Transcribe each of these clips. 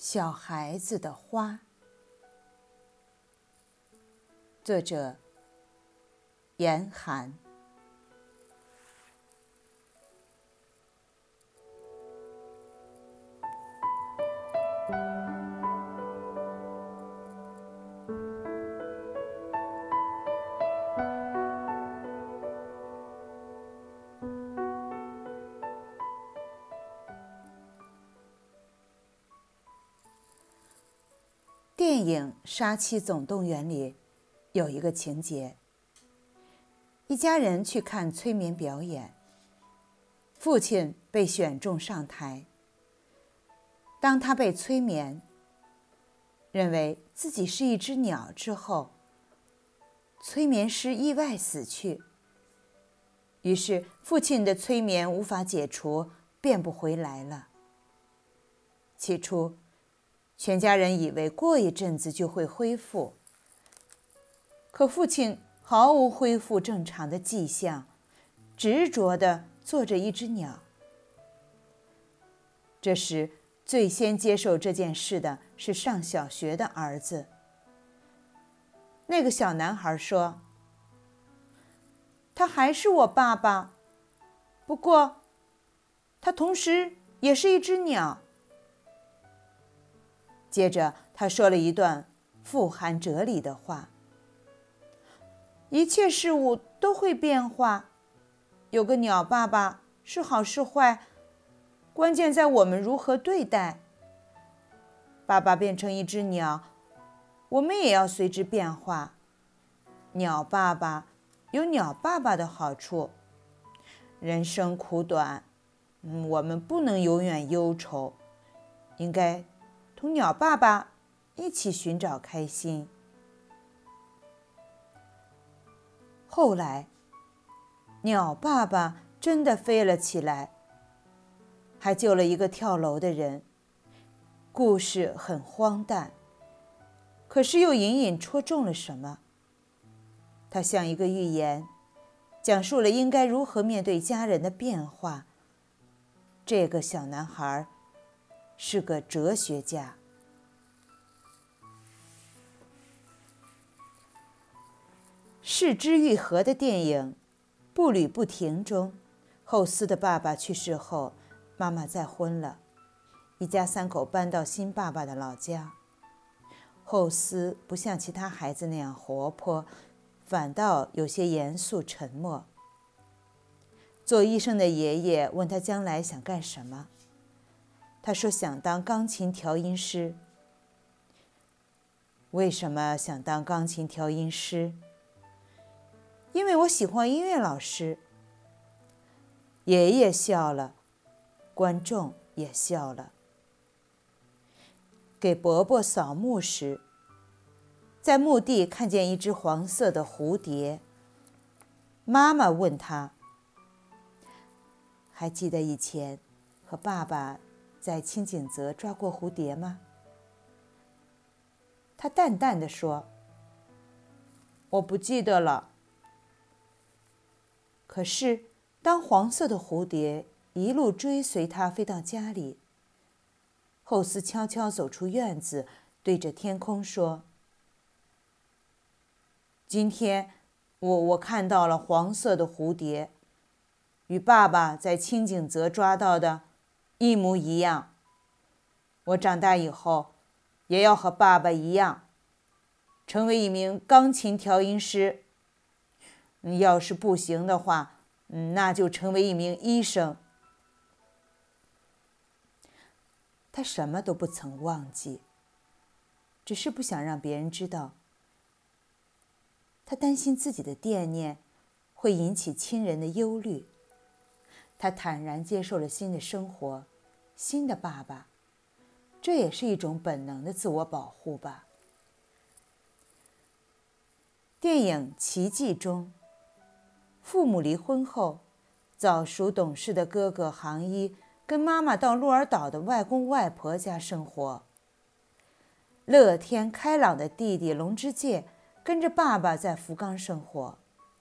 小孩子的花，作者严寒。电影《杀妻总动员》里有一个情节，一家人去看催眠表演，父亲被选中上台。当他被催眠，认为自己是一只鸟之后，催眠师意外死去，于是父亲的催眠无法解除，变不回来了。起初全家人以为过一阵子就会恢复，可父亲毫无恢复正常的迹象，执着地做着一只鸟。这时最先接受这件事的是上小学的儿子。那个小男孩说：“他还是我爸爸，不过他同时也是一只鸟。”接着他说了一段富含哲理的话：一切事物都会变化，有个鸟爸爸是好是坏，关键在我们如何对待。爸爸变成一只鸟，我们也要随之变化。鸟爸爸有鸟爸爸的好处，人生苦短，我们不能永远忧愁，应该同鸟爸爸一起寻找开心。后来，鸟爸爸真的飞了起来，还救了一个跳楼的人。故事很荒诞，可是又隐隐戳中了什么。它像一个寓言，讲述了应该如何面对家人的变化。这个小男孩是个哲学家。是枝裕和的电影《步履不停》中，后斯的爸爸去世后，妈妈再婚了，一家三口搬到新爸爸的老家。后斯不像其他孩子那样活泼，反倒有些严肃沉默。做医生的爷爷问他将来想干什么，他说想当钢琴调音师。为什么想当钢琴调音师？因为我喜欢音乐老师。爷爷笑了，观众也笑了。给伯伯扫墓时，在墓地看见一只黄色的蝴蝶。妈妈问他：“还记得以前和爸爸在清景泽抓过蝴蝶吗？”他淡淡地说：“我不记得了。”可是当黄色的蝴蝶一路追随他飞到家里，后斯悄悄走出院子，对着天空说：“今天我看到了黄色的蝴蝶，与爸爸在清景泽抓到的一模一样。我长大以后也要和爸爸一样，成为一名钢琴调音师。要是不行的话，那就成为一名医生。”他什么都不曾忘记，只是不想让别人知道。他担心自己的惦念会引起亲人的忧虑。他坦然接受了新的生活，新的爸爸，这也是一种本能的自我保护吧。电影《奇迹》中，父母离婚后，早熟懂事的哥哥杭一跟妈妈到鹿儿岛的外公外婆家生活。乐天开朗的弟弟龙之介跟着爸爸在福冈生活。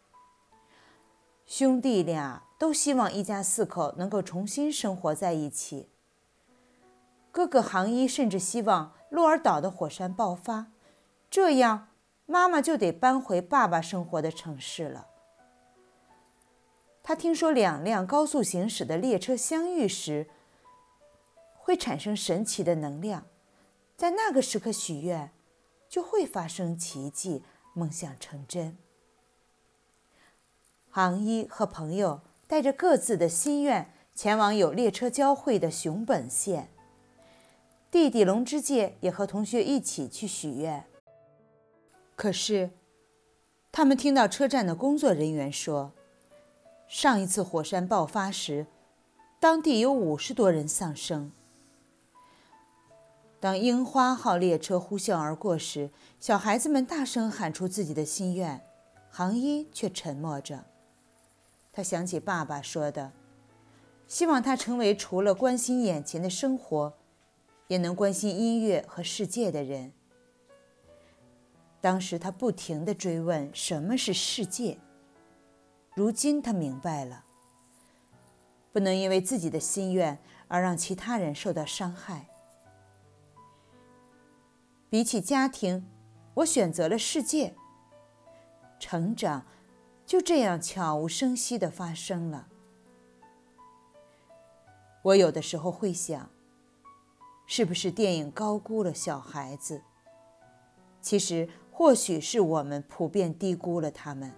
兄弟俩都希望一家四口能够重新生活在一起。 哥哥杭一甚至希望鹿儿岛的火山爆发，这样妈妈就得搬回爸爸生活的城市了。他听说两辆高速行驶的列车相遇时会产生神奇的能量，在那个时刻许愿，就会发生奇迹，梦想成真。杭一和朋友带着各自的心愿前往有列车交汇的熊本县，弟弟龙之介也和同学一起去许愿。可是他们听到车站的工作人员说，上一次火山爆发时，当地有50多人丧生。当樱花号列车呼啸而过时，小孩子们大声喊出自己的心愿，杭一却沉默着。他想起爸爸说的，希望他成为除了关心眼前的生活，也能关心音乐和世界的人。当时他不停地追问什么是世界，如今他明白了，不能因为自己的心愿而让其他人受到伤害。比起家庭，我选择了世界。成长就这样悄无声息地发生了。我有的时候会想，是不是电影高估了小孩子？其实或许是我们普遍低估了他们。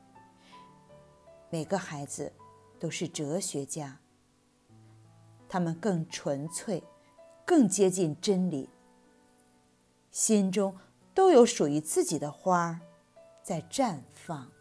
每个孩子都是哲学家，他们更纯粹，更接近真理，心中都有属于自己的花儿在绽放。